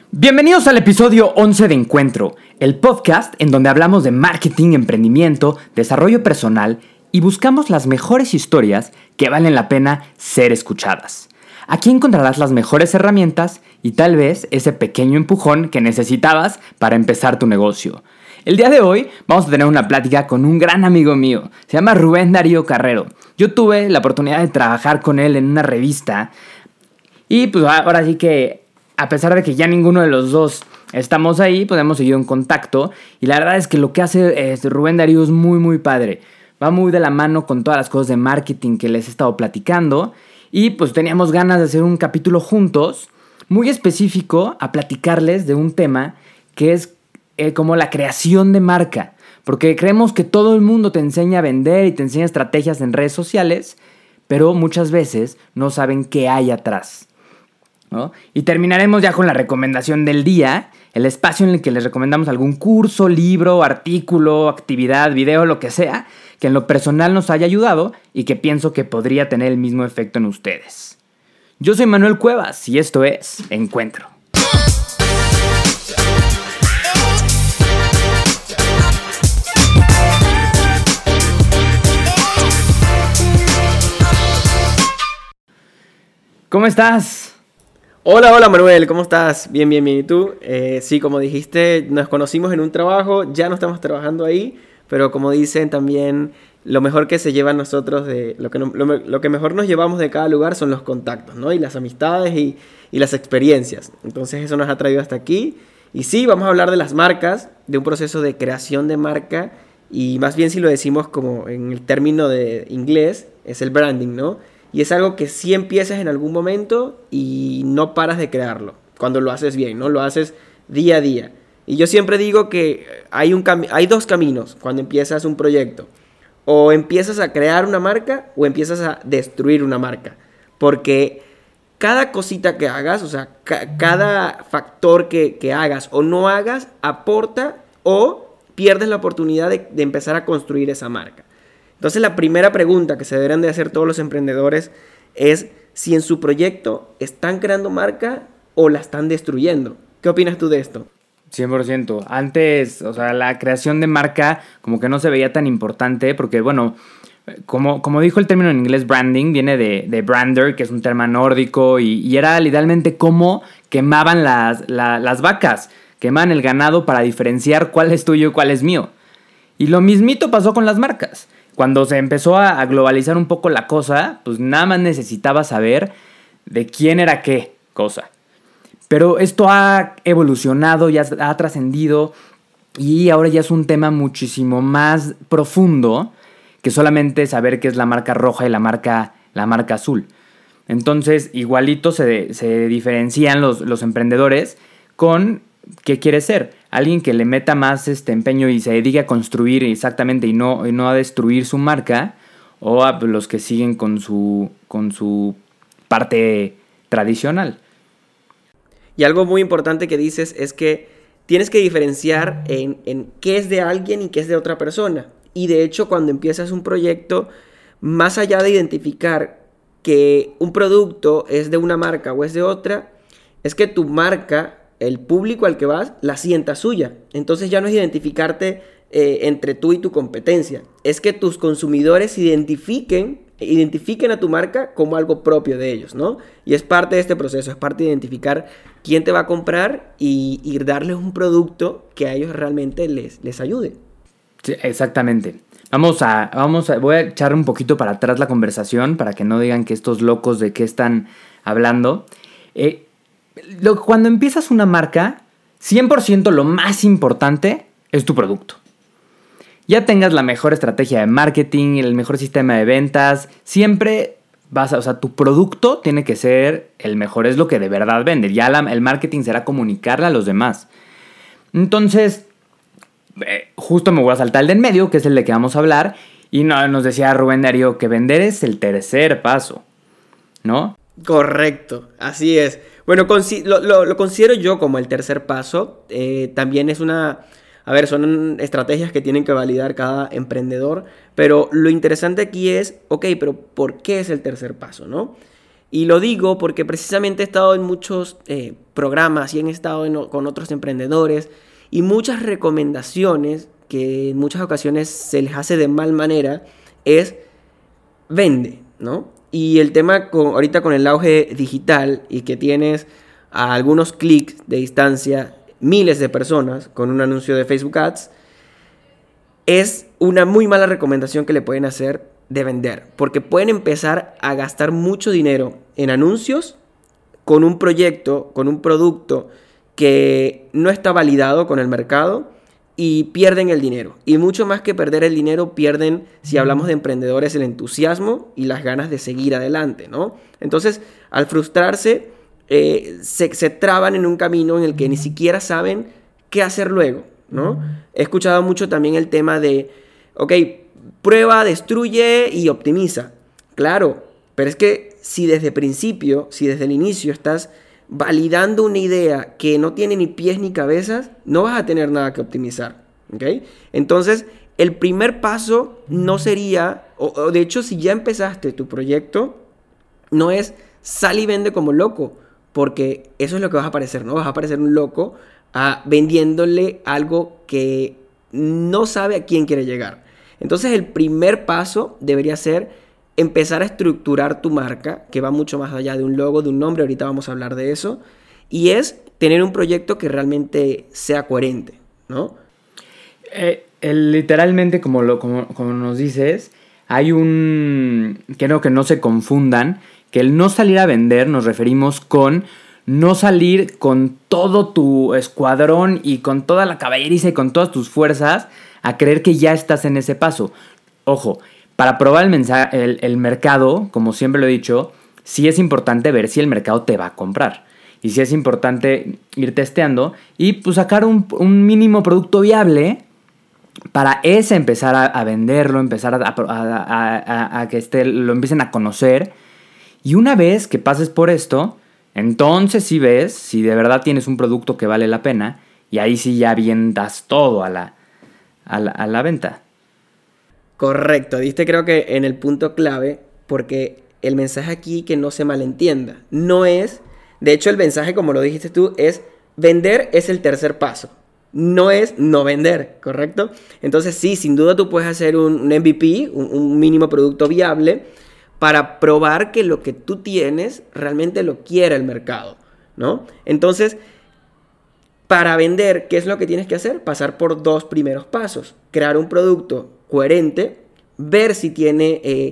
Bienvenidos al episodio 11 de Encuentro, el podcast en donde hablamos de marketing, emprendimiento, desarrollo personal y buscamos las mejores historias que valen la pena ser escuchadas. Aquí encontrarás las mejores herramientas y tal vez ese pequeño empujón que necesitabas para empezar tu negocio. El día de hoy vamos a tener una plática con un gran amigo mío, se llama Rubén Darío Carrero. Yo tuve la oportunidad de trabajar con él en una revista y pues ahora sí que a pesar de que ya ninguno de los dos estamos ahí, pues hemos seguido en contacto. Y la verdad es que lo que hace Rubén Darío es muy padre. Va muy de la mano con todas las cosas de marketing que les he estado platicando. Y pues teníamos ganas de hacer un capítulo juntos, muy específico, a platicarles de un tema que es como la creación de marca. Porque creemos que todo el mundo te enseña a vender y te enseña estrategias en redes sociales, pero muchas veces no saben qué hay atrás, ¿no? Y terminaremos ya con la recomendación del día, el espacio en el que les recomendamos algún curso, libro, artículo, actividad, video, lo que sea, que en lo personal nos haya ayudado y que pienso que podría tener el mismo efecto en ustedes. Yo soy Manuel Cuevas y esto es Encuentro. ¿Cómo estás? Hola Manuel, ¿cómo estás? Bien. ¿Y tú? Sí, como dijiste, nos conocimos en un trabajo, ya no estamos trabajando ahí, pero como dicen también, lo mejor que se lleva a nosotros, lo que mejor nos llevamos de cada lugar son los contactos, ¿no? Y las amistades y las experiencias. Entonces eso nos ha traído hasta aquí. Y sí, vamos a hablar de las marcas, de un proceso de creación de marca, y más bien si lo decimos como en el término de inglés, es el branding, ¿no? Y es algo que sí empiezas en algún momento y no paras de crearlo. Cuando lo haces bien, ¿no? Lo haces día a día. Y yo siempre digo que hay dos caminos cuando empiezas un proyecto. O empiezas a crear una marca o empiezas a destruir una marca. Porque cada cosita que hagas, o sea, cada factor que hagas o no hagas, aporta o pierdes la oportunidad de empezar a construir esa marca. Entonces la primera pregunta que se deberán de hacer todos los emprendedores es si en su proyecto están creando marca o la están destruyendo. ¿Qué opinas tú de esto? 100%. Antes, o sea, la creación de marca como que no se veía tan importante porque, bueno, como dijo el término en inglés branding, viene de brander, que es un término nórdico y era literalmente cómo quemaban las vacas, quemaban el ganado para diferenciar cuál es tuyo y cuál es mío. Y lo mismito pasó con las marcas. Cuando se empezó a globalizar un poco la cosa, pues nada más necesitaba saber de quién era qué cosa. Pero esto ha evolucionado, ya ha trascendido y ahora ya es un tema muchísimo más profundo que solamente saber qué es la marca roja y la marca azul. Entonces, igualito se diferencian los emprendedores con qué quiere ser. Alguien que le meta más empeño y se dedique a construir exactamente y no a destruir su marca, o a los que siguen con su parte tradicional. Y algo muy importante que dices es que tienes que diferenciar en qué es de alguien y qué es de otra persona. Y de hecho, cuando empiezas un proyecto, más allá de identificar que un producto es de una marca o es de otra, es que tu marca, el público al que vas, la sienta suya. Entonces ya no es identificarte entre tú y tu competencia. Es que tus consumidores identifiquen a tu marca como algo propio de ellos, ¿no? Y es parte de este proceso, es parte de identificar quién te va a comprar y darles un producto que a ellos realmente les ayude. Sí, exactamente. Voy a echar un poquito para atrás la conversación para que no digan que estos locos de qué están hablando. Cuando empiezas una marca, 100% lo más importante es tu producto. Ya tengas la mejor estrategia de marketing, el mejor sistema de ventas, siempre tu producto tiene que ser el mejor, es lo que de verdad vende. Ya el marketing será comunicarle a los demás. Entonces, justo me voy a saltar el de en medio, que es el de que vamos a hablar, y nos decía Rubén Darío que vender es el tercer paso, ¿no? Correcto, así es. Bueno, lo considero yo como el tercer paso. También es son estrategias que tienen que validar cada emprendedor. Pero lo interesante aquí es, pero ¿por qué es el tercer paso, no? Y lo digo porque precisamente he estado en muchos programas y he estado con otros emprendedores y muchas recomendaciones que en muchas ocasiones se les hace de mal manera es vende, ¿no? Y el tema ahorita con el auge digital y que tienes a algunos clics de distancia miles de personas con un anuncio de Facebook Ads, es una muy mala recomendación que le pueden hacer de vender, porque pueden empezar a gastar mucho dinero en anuncios con un proyecto, con un producto que no está validado con el mercado y pierden el dinero. Y mucho más que perder el dinero, pierden, si hablamos de emprendedores, el entusiasmo y las ganas de seguir adelante, ¿no? Entonces, al frustrarse, se traban en un camino en el que ni siquiera saben qué hacer luego, ¿no? He escuchado mucho también el tema de, ok, prueba, destruye y optimiza. Claro, pero es que si desde el inicio estás validando una idea que no tiene ni pies ni cabezas, no vas a tener nada que optimizar, ¿ok? Entonces, el primer paso no sería, o de hecho, si ya empezaste tu proyecto, no es sal y vende como loco, porque eso es lo que vas a parecer, ¿no? Vas a parecer un loco vendiéndole algo que no sabe a quién quiere llegar. Entonces, el primer paso debería ser empezar a estructurar tu marca, que va mucho más allá de un logo, de un nombre, ahorita vamos a hablar de eso, y es tener un proyecto que realmente sea coherente, ¿no? Literalmente, como nos dices, hay creo que no se confundan, que el no salir a vender nos referimos con no salir con todo tu escuadrón y con toda la caballeriza y con todas tus fuerzas a creer que ya estás en ese paso. Ojo, para probar el mercado, como siempre lo he dicho, sí es importante ver si el mercado te va a comprar. Y sí es importante ir testeando y pues sacar un mínimo producto viable para empezar a venderlo, empezar a que lo empiecen a conocer. Y una vez que pases por esto, entonces sí ves si de verdad tienes un producto que vale la pena y ahí sí ya avientas todo a la venta. Correcto, diste creo que en el punto clave, porque el mensaje aquí que no se malentienda, no es, de hecho el mensaje como lo dijiste tú, es vender es el tercer paso, no es no vender, ¿correcto? Entonces sí, sin duda tú puedes hacer un MVP, un mínimo producto viable, para probar que lo que tú tienes realmente lo quiere el mercado, ¿no? Entonces, para vender, ¿qué es lo que tienes que hacer? Pasar por dos primeros pasos. Crear un producto coherente, ver si tiene,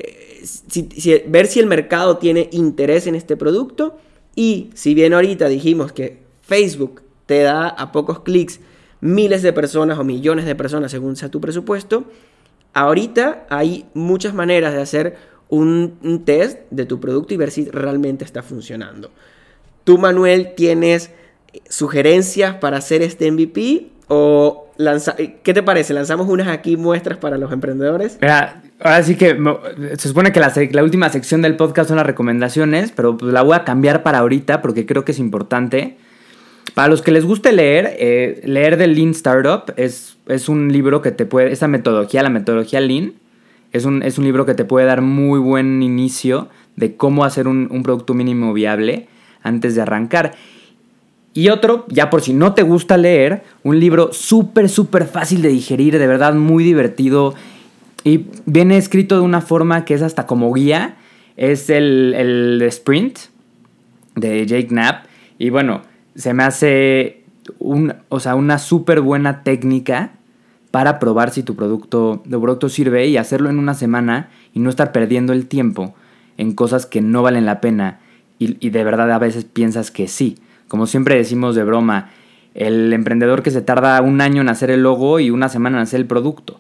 ver si el mercado tiene interés en este producto. Y si bien ahorita dijimos que Facebook te da a pocos clics miles de personas o millones de personas según sea tu presupuesto, ahorita hay muchas maneras de hacer un test de tu producto y ver si realmente está funcionando. ¿Tú, Manuel, tienes sugerencias para hacer este MVP? ¿O qué te parece? ¿Lanzamos unas aquí muestras para los emprendedores? Mira, ahora sí que se supone que la última sección del podcast son las recomendaciones, pero pues la voy a cambiar para ahorita porque creo que es importante. Para los que les guste leer, leer de Lean Startup es un libro que te puede... Esta metodología, la metodología Lean, es un libro que te puede dar muy buen inicio de cómo hacer un producto mínimo viable antes de arrancar. Y otro, ya por si no te gusta leer, un libro súper fácil de digerir, de verdad muy divertido y viene escrito de una forma que es hasta como guía. Es el Sprint de Jake Knapp. Y bueno, se me hace una súper buena técnica para probar si tu producto sirve y hacerlo en una semana y no estar perdiendo el tiempo en cosas que no valen la pena y de verdad a veces piensas que sí. Como siempre decimos de broma, el emprendedor que se tarda un año en hacer el logo y una semana en hacer el producto.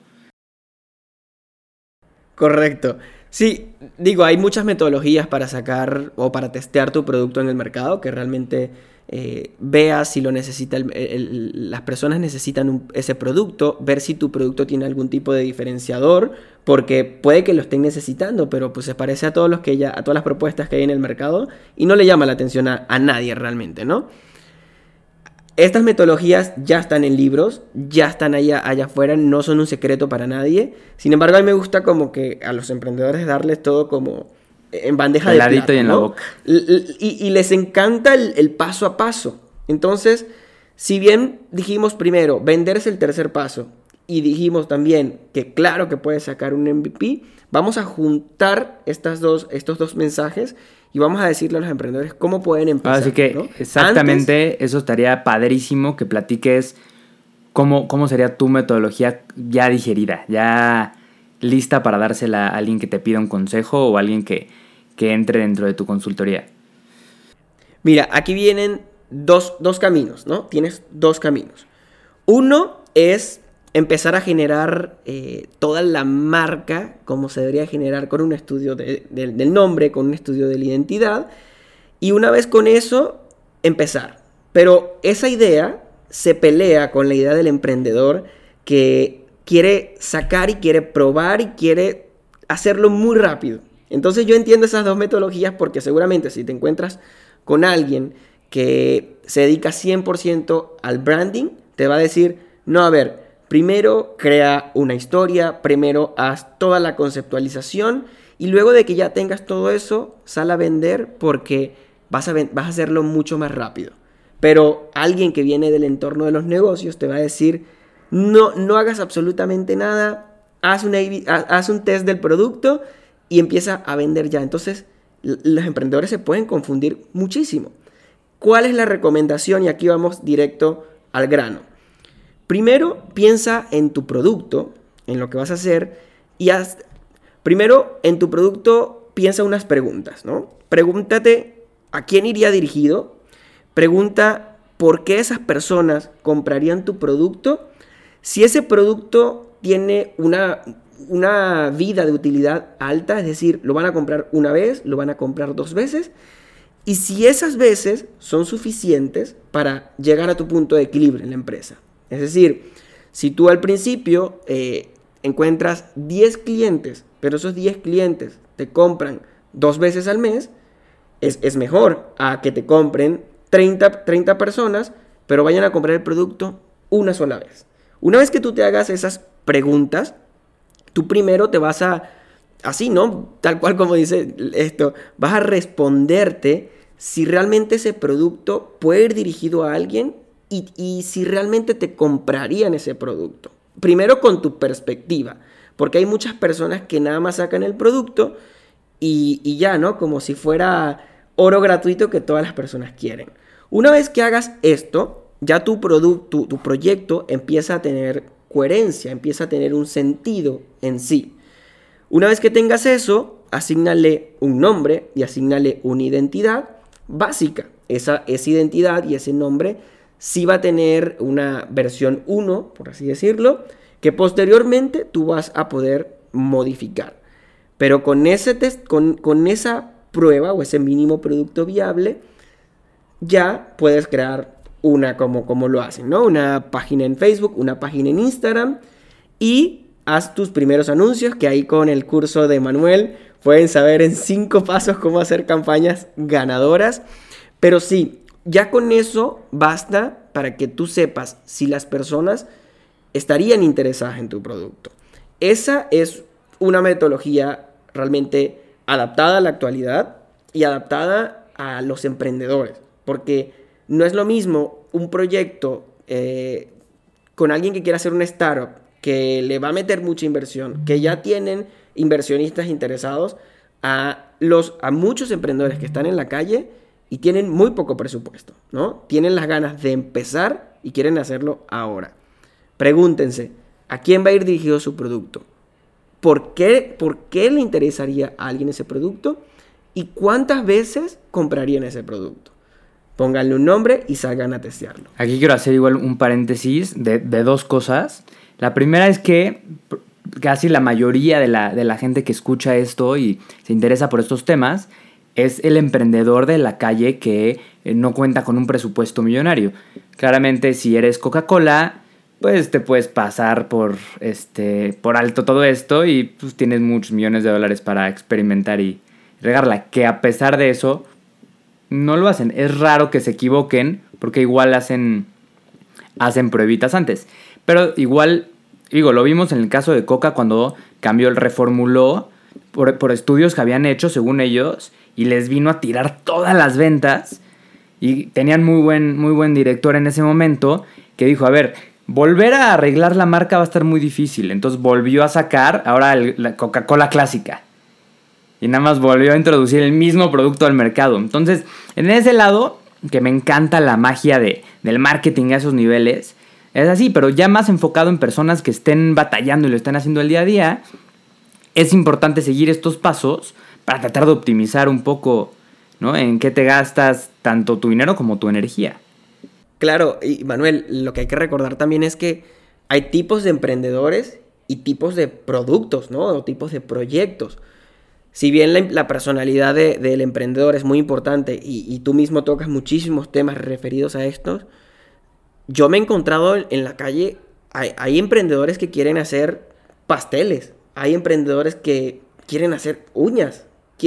Correcto. Sí, digo, hay muchas metodologías para sacar o para testear tu producto en el mercado que realmente veas si lo necesita las personas necesitan ese producto, ver si tu producto tiene algún tipo de diferenciador, porque puede que lo estén necesitando, pero pues se parece a todas las propuestas que hay en el mercado y no le llama la atención a nadie realmente, ¿no? Estas metodologías ya están en libros, ya están allá afuera, no son un secreto para nadie. Sin embargo, a mí me gusta como que a los emprendedores darles todo como en bandeja de Peladito plata, y en la ¿no? boca. Y les encanta el paso a paso. Entonces, si bien dijimos primero, vender es el tercer paso, y dijimos también que claro que puedes sacar un MVP, vamos a juntar estos dos mensajes y vamos a decirle a los emprendedores cómo pueden empezar. Así que ¿no? exactamente eso estaría padrísimo que platiques cómo sería tu metodología ya digerida, ya lista para dársela a alguien que te pida un consejo o a alguien que entre dentro de tu consultoría. Mira, aquí vienen dos caminos, ¿no? Tienes dos caminos. Uno es empezar a generar toda la marca como se debería generar con un estudio del nombre, con un estudio de la identidad. Y una vez con eso, empezar. Pero esa idea se pelea con la idea del emprendedor que quiere sacar y quiere probar y quiere hacerlo muy rápido. Entonces yo entiendo esas dos metodologías porque seguramente si te encuentras con alguien que se dedica 100% al branding, te va a decir, no, a ver, primero crea una historia, primero haz toda la conceptualización y luego de que ya tengas todo eso, sal a vender porque vas a hacerlo mucho más rápido. Pero alguien que viene del entorno de los negocios te va a decir, no hagas absolutamente nada, haz un test del producto y empieza a vender ya. Entonces, los emprendedores se pueden confundir muchísimo. ¿Cuál es la recomendación? Y aquí vamos directo al grano. Primero, piensa en tu producto, en lo que vas a hacer, y primero, en tu producto, piensa unas preguntas, ¿no? Pregúntate a quién iría dirigido, pregunta por qué esas personas comprarían tu producto, si ese producto tiene una vida de utilidad alta, es decir, lo van a comprar una vez, lo van a comprar 2 veces, y si esas veces son suficientes para llegar a tu punto de equilibrio en la empresa. Es decir, si tú al principio encuentras 10 clientes, pero esos 10 clientes te compran 2 veces al mes, es mejor a que te compren 30 personas, pero vayan a comprar el producto una sola vez. Una vez que tú te hagas esas preguntas, tú primero te vas así, ¿no? Tal cual como dice esto, vas a responderte si realmente ese producto puede ir dirigido a alguien y si realmente te comprarían ese producto. Primero con tu perspectiva, porque hay muchas personas que nada más sacan el producto y ya, ¿no? Como si fuera oro gratuito que todas las personas quieren. Una vez que hagas esto, ya tu proyecto empieza a tener coherencia, empieza a tener un sentido en sí. Una vez que tengas eso, asígnale un nombre y asígnale una identidad básica. Esa identidad y ese nombre sí va a tener una versión 1, por así decirlo, que posteriormente tú vas a poder modificar. Pero con ese test, con esa prueba o ese mínimo producto viable, ya puedes crear una como lo hacen, ¿no? Una página en Facebook, una página en Instagram y haz tus primeros anuncios, que ahí con el curso de Manuel pueden saber en 5 pasos cómo hacer campañas ganadoras. Pero sí, ya con eso basta para que tú sepas si las personas estarían interesadas en tu producto. Esa es una metodología realmente adaptada a la actualidad y adaptada a los emprendedores, porque no es lo mismo un proyecto con alguien que quiera hacer una startup, que le va a meter mucha inversión, que ya tienen inversionistas interesados, a muchos emprendedores que están en la calle y tienen muy poco presupuesto, ¿no? Tienen las ganas de empezar y quieren hacerlo ahora. Pregúntense, ¿a quién va a ir dirigido su producto? ¿Por qué le interesaría a alguien ese producto? ¿Y cuántas veces comprarían ese producto? Pónganle un nombre y salgan a testearlo. Aquí quiero hacer igual un paréntesis de 2 cosas. La primera es que casi la mayoría de la gente que escucha esto y se interesa por estos temas es el emprendedor de la calle que no cuenta con un presupuesto millonario. Claramente, si eres Coca-Cola, pues te puedes pasar por alto todo esto y pues tienes muchos millones de dólares para experimentar y regarla. Que a pesar de eso, no lo hacen. Es raro que se equivoquen porque igual hacen pruebitas antes. Pero igual, digo, lo vimos en el caso de Coca cuando reformuló por estudios que habían hecho, según ellos, y les vino a tirar todas las ventas. Y tenían muy buen director en ese momento que dijo, a ver, volver a arreglar la marca va a estar muy difícil. Entonces volvió a sacar ahora la Coca-Cola clásica. Y nada más volvió a introducir el mismo producto al mercado. Entonces, en ese lado, que me encanta la magia del marketing a esos niveles, es así, pero ya más enfocado en personas que estén batallando y lo estén haciendo el día a día, es importante seguir estos pasos para tratar de optimizar un poco, ¿no? En qué te gastas tanto tu dinero como tu energía. Claro, y Manuel, lo que hay que recordar también es que hay tipos de emprendedores y tipos de productos, ¿no? O tipos de proyectos. Si bien la personalidad del emprendedor es muy importante y tú mismo tocas muchísimos temas referidos a estos, yo me he encontrado en la calle, hay emprendedores que quieren hacer pasteles, hay emprendedores que quieren hacer uñas,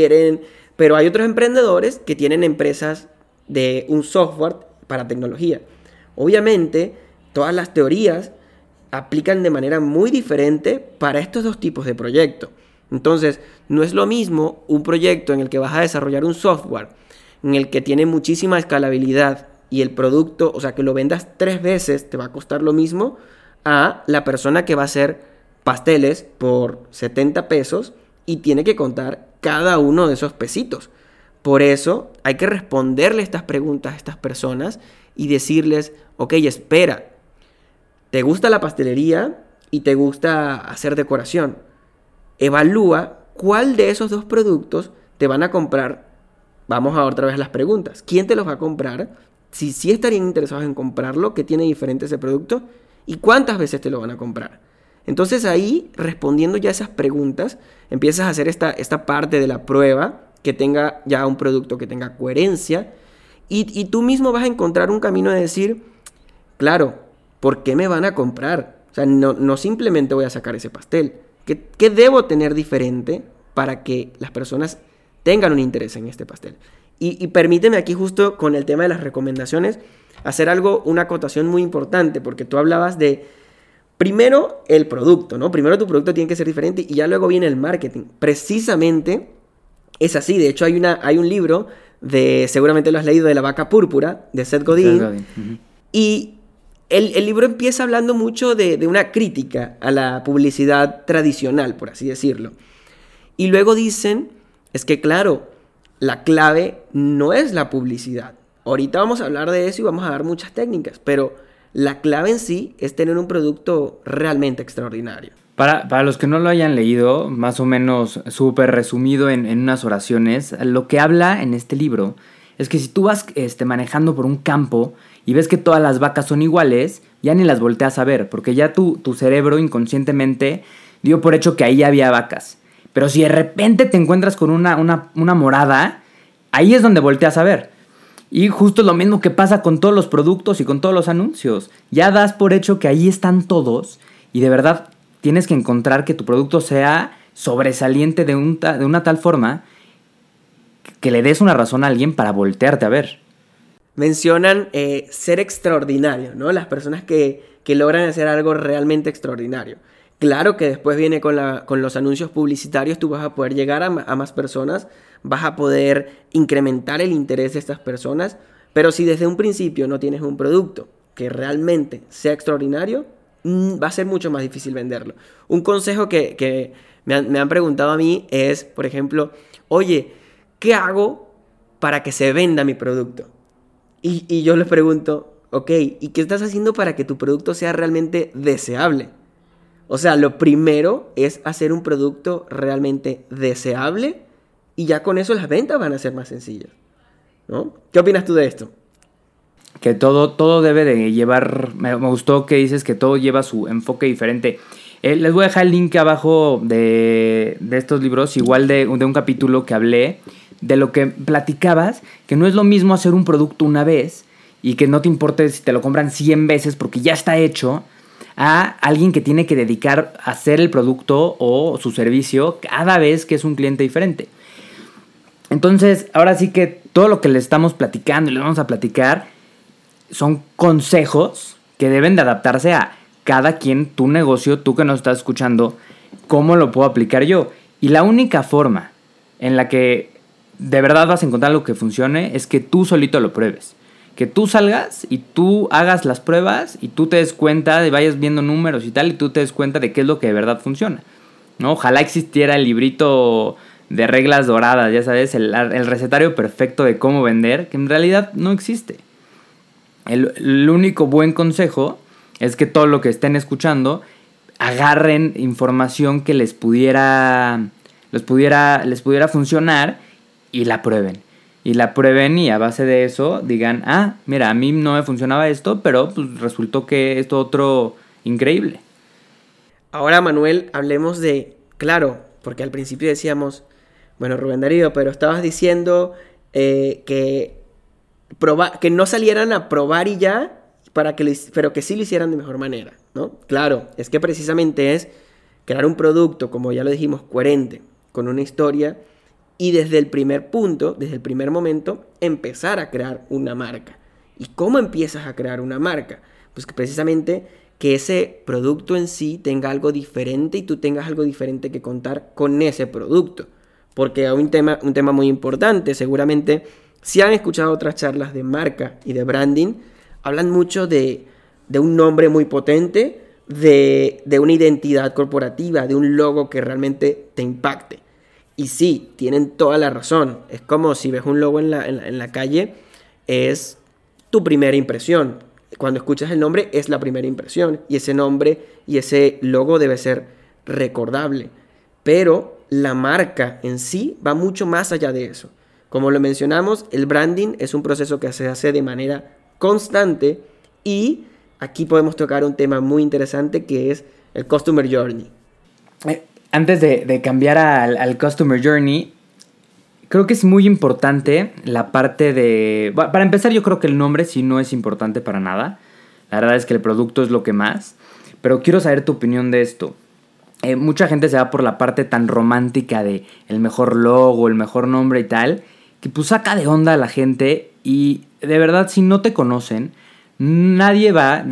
pero hay otros emprendedores que tienen empresas de un software para tecnología. Obviamente, todas las teorías aplican de manera muy diferente para estos dos tipos de proyectos. Entonces, no es lo mismo un proyecto en el que vas a desarrollar un software, en el que tiene muchísima escalabilidad y el producto, o sea, que lo vendas 3 veces te va a costar lo mismo, a la persona que va a hacer pasteles por 70 pesos y tiene que contar cada uno de esos pesitos. Por eso hay que responderle estas preguntas a estas personas y decirles, ok, espera, ¿te gusta la pastelería y te gusta hacer decoración? Evalúa cuál de esos dos productos te van a comprar. Vamos a otra vez a las preguntas. ¿Quién te los va a comprar? Si sí estarían interesados en comprarlo, ¿qué tiene diferente ese producto? ¿Y cuántas veces te lo van a comprar? Entonces ahí, respondiendo ya esas preguntas, empiezas a hacer esta parte de la prueba que tenga ya un producto que tenga coherencia y tú mismo vas a encontrar un camino de decir, claro, ¿por qué me van a comprar? O sea, no simplemente voy a sacar ese pastel. ¿Qué debo tener diferente para que las personas tengan un interés en este pastel? Y permíteme aquí justo con el tema de las recomendaciones hacer una acotación muy importante, porque tú hablabas de, primero, el producto, ¿no? Primero tu producto tiene que ser diferente y ya luego viene el marketing. Precisamente es así. De hecho, hay un libro seguramente lo has leído, de La Vaca Púrpura, de Seth Godin. Uh-huh. Y el libro empieza hablando mucho de una crítica a la publicidad tradicional, por así decirlo. Y luego dicen, es que claro, la clave no es la publicidad. Ahorita vamos a hablar de eso y vamos a dar muchas técnicas, pero la clave en sí es tener un producto realmente extraordinario. Para los que no lo hayan leído, más o menos súper resumido en unas oraciones, lo que habla en este libro es que si tú vas manejando por un campo y ves que todas las vacas son iguales, ya ni las volteas a ver, porque ya tu cerebro inconscientemente dio por hecho que ahí había vacas. Pero si de repente te encuentras con una morada, ahí es donde volteas a ver. Y justo lo mismo que pasa con todos los productos y con todos los anuncios. Ya das por hecho que ahí están todos y de verdad tienes que encontrar que tu producto sea sobresaliente de una tal forma que le des una razón a alguien para voltearte a ver. Mencionan ser extraordinario, ¿no? Las personas que logran hacer algo realmente extraordinario. Claro que después viene con los anuncios publicitarios, tú vas a poder llegar a más personas, vas a poder incrementar el interés de estas personas, pero si desde un principio no tienes un producto que realmente sea extraordinario, va a ser mucho más difícil venderlo. Un consejo que me han preguntado a mí es, por ejemplo, oye, ¿qué hago para que se venda mi producto? Y yo les pregunto, ok, ¿y qué estás haciendo para que tu producto sea realmente deseable? O sea, lo primero es hacer un producto realmente deseable y ya con eso las ventas van a ser más sencillas, ¿no? ¿Qué opinas tú de esto? Que todo debe de llevar... Me gustó que dices que todo lleva su enfoque diferente. Les voy a dejar el link abajo de estos libros, igual de un capítulo que hablé de lo que platicabas, que no es lo mismo hacer un producto una vez y que no te importe si te lo compran 100 veces porque ya está hecho, a alguien que tiene que dedicar a hacer el producto o su servicio cada vez que es un cliente diferente. Entonces, ahora sí que todo lo que le estamos platicando y le vamos a platicar son consejos que deben de adaptarse a cada quien, tu negocio, tú que nos estás escuchando, cómo lo puedo aplicar yo. Y la única forma en la que de verdad vas a encontrar algo que funcione es que tú solito lo pruebes. Que tú salgas y tú hagas las pruebas y tú te des cuenta, vayas viendo números y tal, y tú te des cuenta de qué es lo que de verdad funciona, ¿no? Ojalá existiera el librito de reglas doradas, ya sabes, el recetario perfecto de cómo vender, que en realidad no existe. El único buen consejo es que todo lo que estén escuchando agarren información que les pudiera funcionar y la prueben. Y la prueben y a base de eso digan, mira, a mí no me funcionaba esto, pero pues resultó que esto otro increíble. Ahora, Manuel, hablemos de, claro, porque al principio decíamos, bueno, Rubén Darío, pero estabas diciendo que no salieran a probar y ya, pero que sí lo hicieran de mejor manera, ¿no? Claro, es que precisamente es crear un producto, como ya lo dijimos, coherente, con una historia, y desde el primer punto, desde el primer momento, empezar a crear una marca. ¿Y cómo empiezas a crear una marca? Pues que precisamente que ese producto en sí tenga algo diferente y tú tengas algo diferente que contar con ese producto. Porque hay un tema muy importante, seguramente si han escuchado otras charlas de marca y de branding, hablan mucho de un nombre muy potente, de una identidad corporativa, de un logo que realmente te impacte. Y sí, tienen toda la razón. Es como si ves un logo en la calle, es tu primera impresión. Cuando escuchas el nombre, es la primera impresión. Y ese nombre y ese logo debe ser recordable. Pero la marca en sí va mucho más allá de eso. Como lo mencionamos, el branding es un proceso que se hace de manera constante. Y aquí podemos tocar un tema muy interesante que es el Customer Journey. Antes de cambiar al Customer Journey, creo que es muy importante la parte de... Para empezar, yo creo que el nombre sí no es importante para nada. La verdad es que el producto es lo que más. Pero quiero saber tu opinión de esto. Mucha gente se va por la parte tan romántica de el mejor logo, el mejor nombre y tal, que pues saca de onda a la gente. Y de verdad, si no te conocen, nadie va...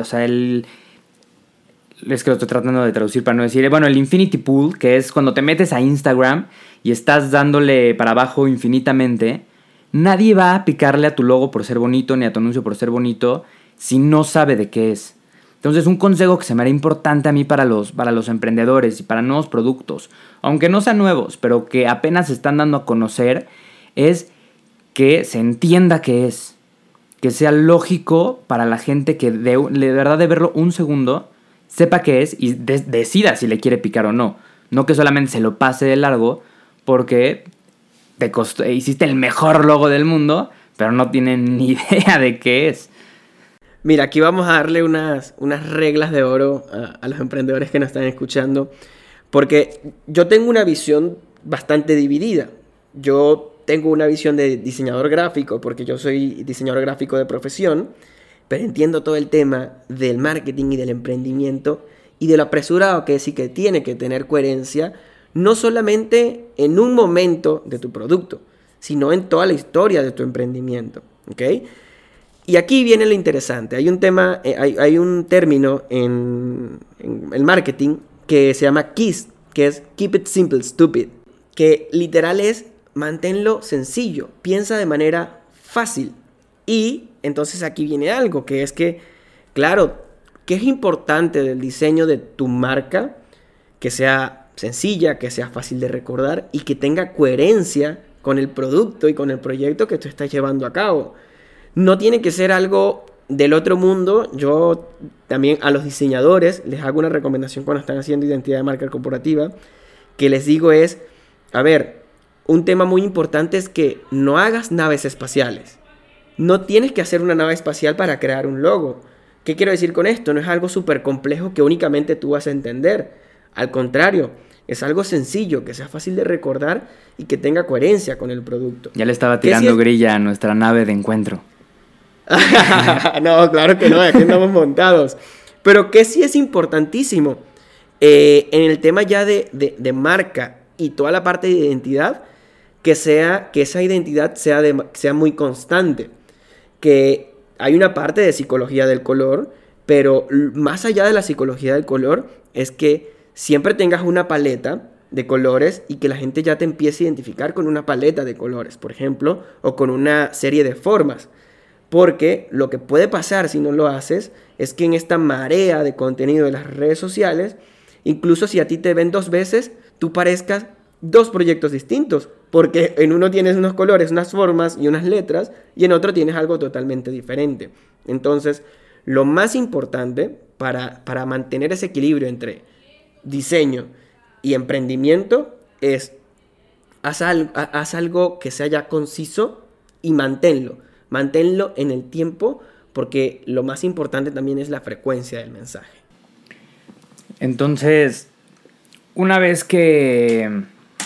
Es que lo estoy tratando de traducir para no decir... Bueno, el Infinity Pool, que es cuando te metes a Instagram y estás dándole para abajo infinitamente, nadie va a picarle a tu logo por ser bonito ni a tu anuncio por ser bonito si no sabe de qué es. Entonces, un consejo que se me hará importante a mí para los emprendedores y para nuevos productos, aunque no sean nuevos, pero que apenas se están dando a conocer, es que se entienda qué es. Que sea lógico para la gente que de verdad de verlo un segundo sepa qué es y decida si le quiere picar o no. No que solamente se lo pase de largo porque hiciste el mejor logo del mundo, pero no tienen ni idea de qué es. Mira, aquí vamos a darle unas reglas de oro a los emprendedores que nos están escuchando, porque yo tengo una visión bastante dividida. Yo tengo una visión de diseñador gráfico, porque yo soy diseñador gráfico de profesión, pero entiendo todo el tema del marketing y del emprendimiento y de lo apresurado que es y que tiene que tener coherencia, no solamente en un momento de tu producto, sino en toda la historia de tu emprendimiento, ¿ok? Y aquí viene lo interesante. Hay un término en el marketing que se llama KISS, que es Keep It Simple, Stupid, que literal es manténlo sencillo, piensa de manera fácil. Y entonces aquí viene algo, que es que, claro, ¿qué es importante del diseño de tu marca? Que sea sencilla, que sea fácil de recordar y que tenga coherencia con el producto y con el proyecto que tú estás llevando a cabo. No tiene que ser algo del otro mundo. Yo también a los diseñadores les hago una recomendación cuando están haciendo identidad de marca corporativa, que les digo es, a ver, un tema muy importante es que no hagas naves espaciales. No tienes que hacer una nave espacial para crear un logo. ¿Qué quiero decir con esto? No es algo súper complejo que únicamente tú vas a entender. Al contrario, es algo sencillo, que sea fácil de recordar y que tenga coherencia con el producto. Ya le estaba tirando grilla a nuestra nave de encuentro. No, claro que no, aquí andamos montados. Pero que sí es importantísimo en el tema ya de marca y toda la parte de identidad, que esa identidad sea muy constante. Que hay una parte de psicología del color, pero más allá de la psicología del color es que siempre tengas una paleta de colores y que la gente ya te empiece a identificar con una paleta de colores, por ejemplo, o con una serie de formas. Porque lo que puede pasar si no lo haces es que en esta marea de contenido de las redes sociales, incluso si a ti te ven 2 veces, tú parezcas 2 proyectos distintos. Porque en uno tienes unos colores, unas formas y unas letras, y en otro tienes algo totalmente diferente. Entonces, lo más importante para mantener ese equilibrio entre diseño y emprendimiento es haz algo que sea ya conciso y manténlo. Manténlo en el tiempo, porque lo más importante también es la frecuencia del mensaje. Entonces, una vez que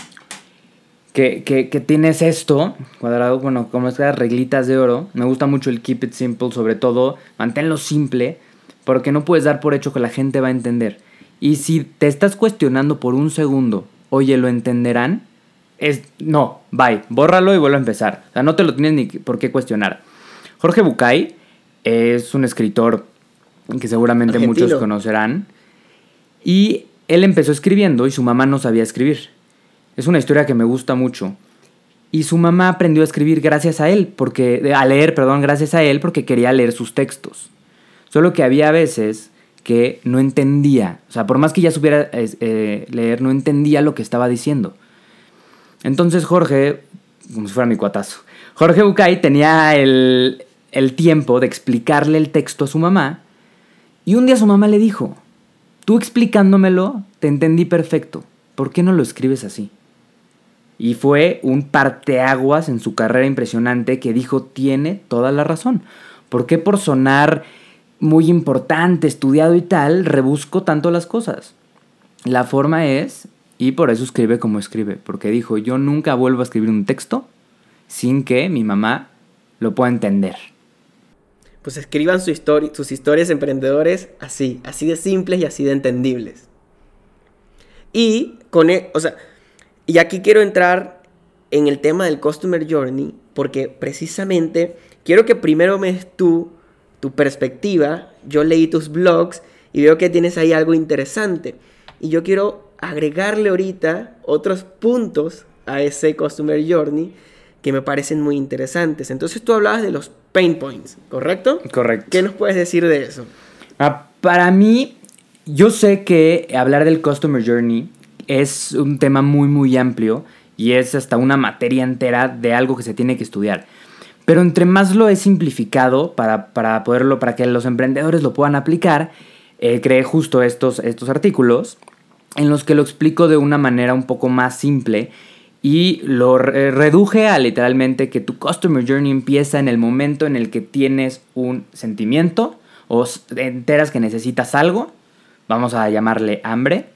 tienes esto cuadrado, bueno, como estas reglitas de oro, me gusta mucho el keep it simple, sobre todo, manténlo simple, porque no puedes dar por hecho que la gente va a entender. Y si te estás cuestionando por un segundo, oye, ¿lo entenderán? No, bye, bórralo y vuelve a empezar. O sea, no te lo tienes ni por qué cuestionar. Jorge Bucay es un escritor que seguramente Argentino. muchos conocerán. Y él empezó escribiendo y su mamá no sabía escribir. Es una historia que me gusta mucho. Y su mamá aprendió a escribir gracias a él, gracias a él porque quería leer sus textos. Solo que había veces que no entendía. O sea, por más que ya supiera leer, no entendía lo que estaba diciendo. Entonces Jorge, como si fuera mi cuatazo, Jorge Bucay tenía el tiempo de explicarle el texto a su mamá. Y un día su mamá le dijo: tú explicándomelo, te entendí perfecto. ¿Por qué no lo escribes así? Y fue un parteaguas en su carrera impresionante que dijo: tiene toda la razón. ¿Por qué por sonar muy importante, estudiado y tal, rebusco tanto las cosas? La forma es, y por eso escribe como escribe, porque dijo: yo nunca vuelvo a escribir un texto sin que mi mamá lo pueda entender. Pues escriban sus historias emprendedores así de simples y así de entendibles. Y y aquí quiero entrar en el tema del Customer Journey, porque precisamente quiero que primero me des tu perspectiva. Yo leí tus blogs y veo que tienes ahí algo interesante. Y yo quiero agregarle ahorita otros puntos a ese Customer Journey que me parecen muy interesantes. Entonces tú hablabas de los pain points, ¿correcto? Correcto. ¿Qué nos puedes decir de eso? Para mí, yo sé que hablar del Customer Journey es un tema muy, muy amplio y es hasta una materia entera de algo que se tiene que estudiar. Pero entre más lo he simplificado para que los emprendedores lo puedan aplicar, creé justo estos artículos en los que lo explico de una manera un poco más simple y lo reduje a literalmente que tu Customer Journey empieza en el momento en el que tienes un sentimiento o te enteras que necesitas algo, vamos a llamarle hambre,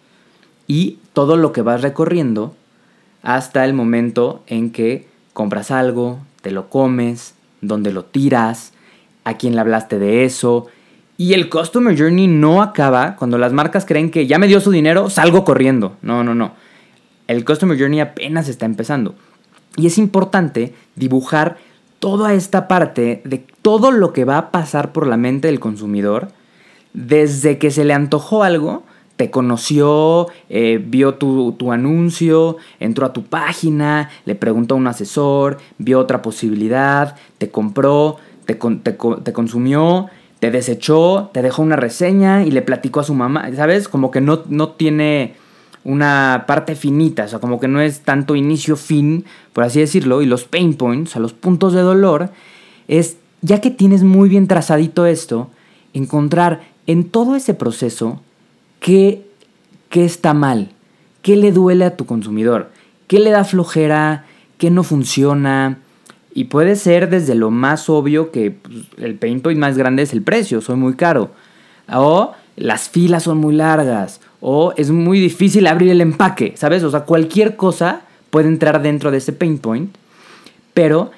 y todo lo que vas recorriendo hasta el momento en que compras algo, te lo comes, dónde lo tiras, a quién le hablaste de eso. Y el Customer Journey no acaba cuando las marcas creen que ya me dio su dinero, salgo corriendo. No. El Customer Journey apenas está empezando. Y es importante dibujar toda esta parte de todo lo que va a pasar por la mente del consumidor desde que se le antojó algo, te conoció, vio tu anuncio, entró a tu página, le preguntó a un asesor, vio otra posibilidad, te compró, te consumió, te desechó, te dejó una reseña y le platicó a su mamá. ¿Sabes? Como que no tiene una parte finita, o sea, como que no es tanto inicio-fin, por así decirlo. Y los pain points, o sea, los puntos de dolor, es, ya que tienes muy bien trazadito esto, encontrar en todo ese proceso qué está mal, qué le duele a tu consumidor, qué le da flojera, qué no funciona. Y puede ser desde lo más obvio, que pues, el pain point más grande es el precio, soy muy caro, o las filas son muy largas, o es muy difícil abrir el empaque, ¿sabes? O sea, cualquier cosa puede entrar dentro de ese pain point, pero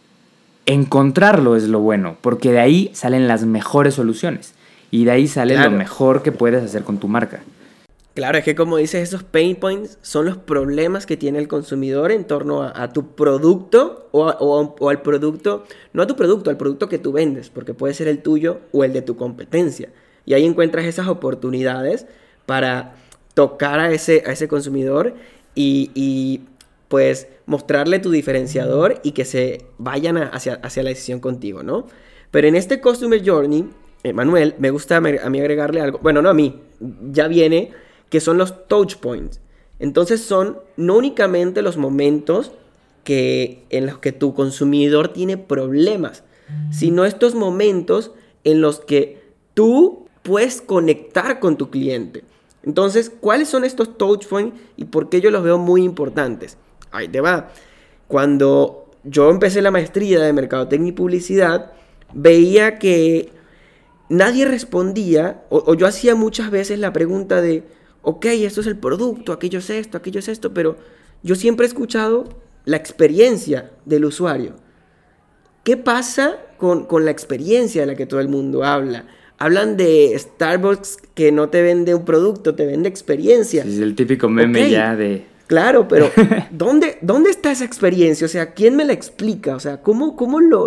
encontrarlo es lo bueno, porque de ahí salen las mejores soluciones y de ahí sale lo mejor que puedes hacer con tu marca. Claro, es que como dices, esos pain points son los problemas que tiene el consumidor en torno a tu producto o al producto, no a tu producto, al producto que tú vendes, porque puede ser el tuyo o el de tu competencia. Y ahí encuentras esas oportunidades para tocar a ese consumidor y pues mostrarle tu diferenciador y que se vayan hacia la decisión contigo, ¿no? Pero en este Customer Journey, Manuel, me gusta a mí agregarle algo, bueno, no a mí, ya viene, que son los touch points. Entonces son no únicamente los momentos en los que tu consumidor tiene problemas, sino estos momentos en los que tú puedes conectar con tu cliente. Entonces, ¿cuáles son estos touch points y por qué yo los veo muy importantes? Ahí te va. Cuando yo empecé la maestría de Mercadotecnia y Publicidad, veía que nadie respondía, o yo hacía muchas veces la pregunta de, ok, esto es el producto, aquello es esto, pero yo siempre he escuchado la experiencia del usuario. ¿Qué pasa con la experiencia de la que todo el mundo habla? Hablan de Starbucks que no te vende un producto, te vende experiencia. Sí, es el típico meme, okay, ya de... Claro, pero ¿dónde está esa experiencia? O sea, ¿quién me la explica? O sea, ¿cómo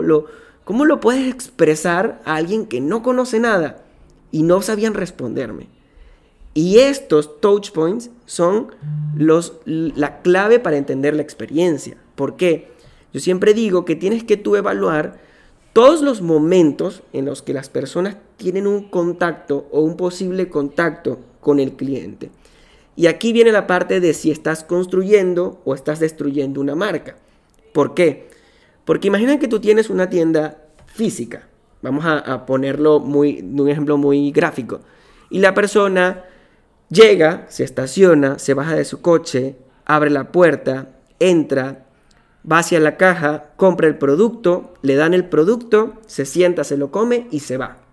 lo puedes expresar a alguien que no conoce nada? Y no sabían responderme. Y estos touch points son la clave para entender la experiencia. ¿Por qué? Yo siempre digo que tienes que tú evaluar todos los momentos en los que las personas tienen un contacto o un posible contacto con el cliente. Y aquí viene la parte de si estás construyendo o estás destruyendo una marca. ¿Por qué? Porque imagina que tú tienes una tienda física. Vamos a ponerlo de un ejemplo muy gráfico. Y la persona llega, se estaciona, se baja de su coche, abre la puerta, entra, va hacia la caja, compra el producto, le dan el producto, se sienta, se lo come y se va.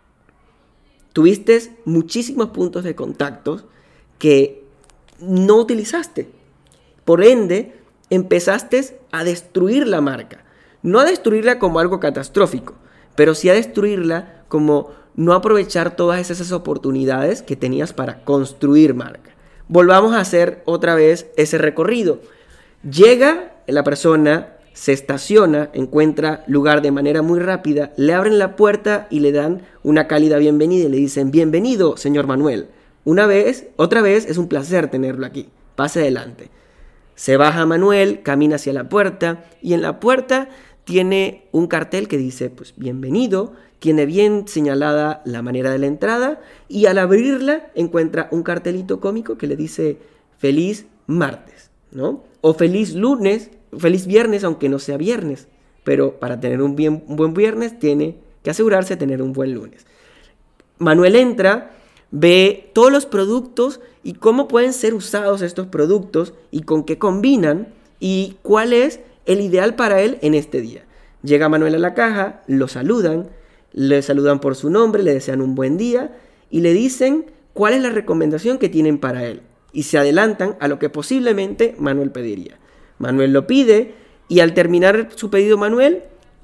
Tuviste muchísimos puntos de contacto que no utilizaste. Por ende, empezaste a destruir la marca. No a destruirla como algo catastrófico, pero sí a destruirla como no aprovechar todas esas oportunidades que tenías para construir marca. Volvamos a hacer otra vez ese recorrido. Llega la persona, se estaciona, encuentra lugar de manera muy rápida, le abren la puerta y le dan una cálida bienvenida y le dicen: bienvenido, señor Manuel. Otra vez, es un placer tenerlo aquí. Pase adelante. Se baja Manuel, camina hacia la puerta y en la puerta tiene un cartel que dice, pues, bienvenido. Tiene bien señalada la manera de la entrada y al abrirla encuentra un cartelito cómico que le dice feliz martes, ¿no? O feliz lunes, feliz viernes, aunque no sea viernes. Pero para tener un buen viernes tiene que asegurarse de tener un buen lunes. Manuel entra, ve todos los productos y cómo pueden ser usados estos productos y con qué combinan y cuál es el ideal para él en este día. Llega Manuel a la caja, lo saludan, le saludan por su nombre, le desean un buen día y le dicen cuál es la recomendación que tienen para él. Y se adelantan a lo que posiblemente Manuel pediría. Manuel lo pide y al terminar su pedido Manuel,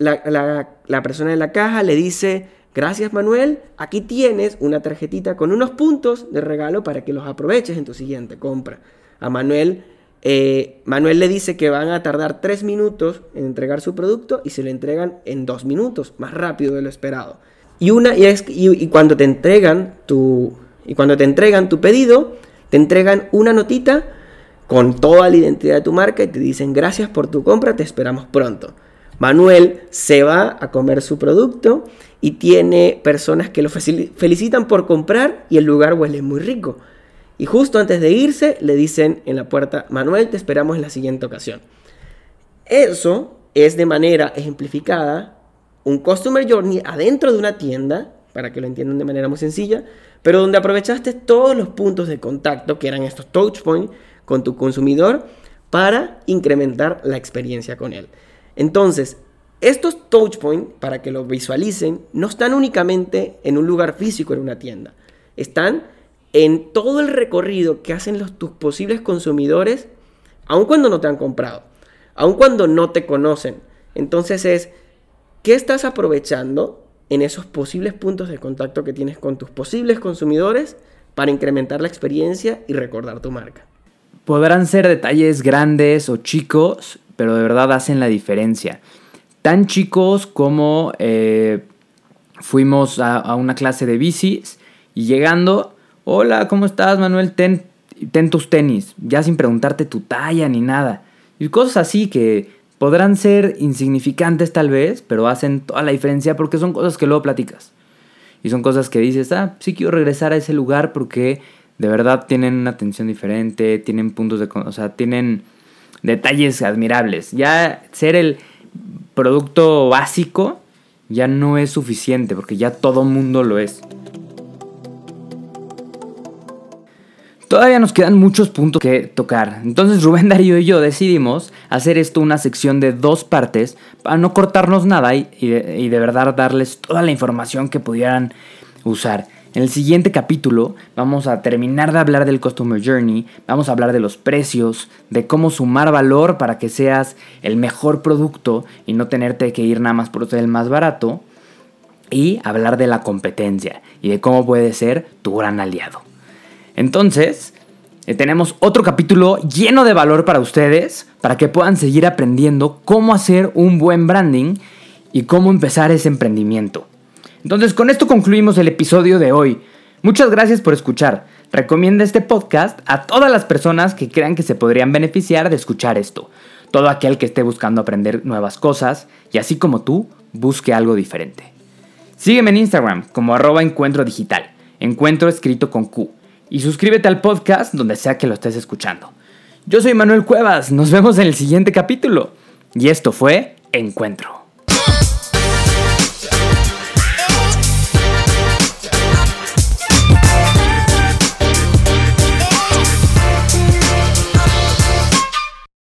la persona de la caja le dice: gracias Manuel, aquí tienes una tarjetita con unos puntos de regalo para que los aproveches en tu siguiente compra. A Manuel le dice que van a tardar 3 minutos en entregar su producto y se lo entregan en 2 minutos, más rápido de lo esperado. Y cuando te entregan tu pedido, te entregan una notita con toda la identidad de tu marca y te dicen: gracias por tu compra, te esperamos pronto. Manuel se va a comer su producto y tiene personas que lo felicitan por comprar y el lugar huele muy rico. Y justo antes de irse le dicen en la puerta: Manuel, te esperamos en la siguiente ocasión. Eso es de manera ejemplificada un Customer Journey adentro de una tienda, para que lo entiendan de manera muy sencilla, pero donde aprovechaste todos los puntos de contacto, que eran estos touch points, con tu consumidor para incrementar la experiencia con él. Entonces, estos touch points, para que lo visualicen, no están únicamente en un lugar físico en una tienda. Están en todo el recorrido que hacen tus posibles consumidores, aun cuando no te han comprado, aun cuando no te conocen. Entonces ¿qué estás aprovechando en esos posibles puntos de contacto que tienes con tus posibles consumidores para incrementar la experiencia y recordar tu marca? Podrán ser detalles grandes o chicos, pero de verdad hacen la diferencia. Tan chicos como fuimos a una clase de bicis y llegando: hola, ¿cómo estás, Manuel? ten tus tenis, ya sin preguntarte tu talla ni nada. Y cosas así que podrán ser insignificantes tal vez, pero hacen toda la diferencia porque son cosas que luego platicas. Y son cosas que dices, sí quiero regresar a ese lugar porque de verdad tienen una atención diferente, tienen puntos de... O sea, tienen detalles admirables. Ya ser el producto básico ya no es suficiente porque ya todo mundo lo es. Todavía nos quedan muchos puntos que tocar. Entonces Rubén Darío y yo decidimos hacer esto una sección de 2 partes para no cortarnos nada y de verdad darles toda la información que pudieran usar. En el siguiente capítulo vamos a terminar de hablar del Customer Journey, vamos a hablar de los precios, de cómo sumar valor para que seas el mejor producto y no tenerte que ir nada más por ser el más barato, y hablar de la competencia y de cómo puede ser tu gran aliado. Entonces, tenemos otro capítulo lleno de valor para ustedes, para que puedan seguir aprendiendo cómo hacer un buen branding y cómo empezar ese emprendimiento. Entonces, con esto concluimos el episodio de hoy. Muchas gracias por escuchar. Recomienda este podcast a todas las personas que crean que se podrían beneficiar de escuchar esto. Todo aquel que esté buscando aprender nuevas cosas y así como tú, busque algo diferente. Sígueme en Instagram como @encuentrodigital, encuentro escrito con Q. Y suscríbete al podcast donde sea que lo estés escuchando. Yo soy Manuel Cuevas, nos vemos en el siguiente capítulo. Y esto fue Encuentro.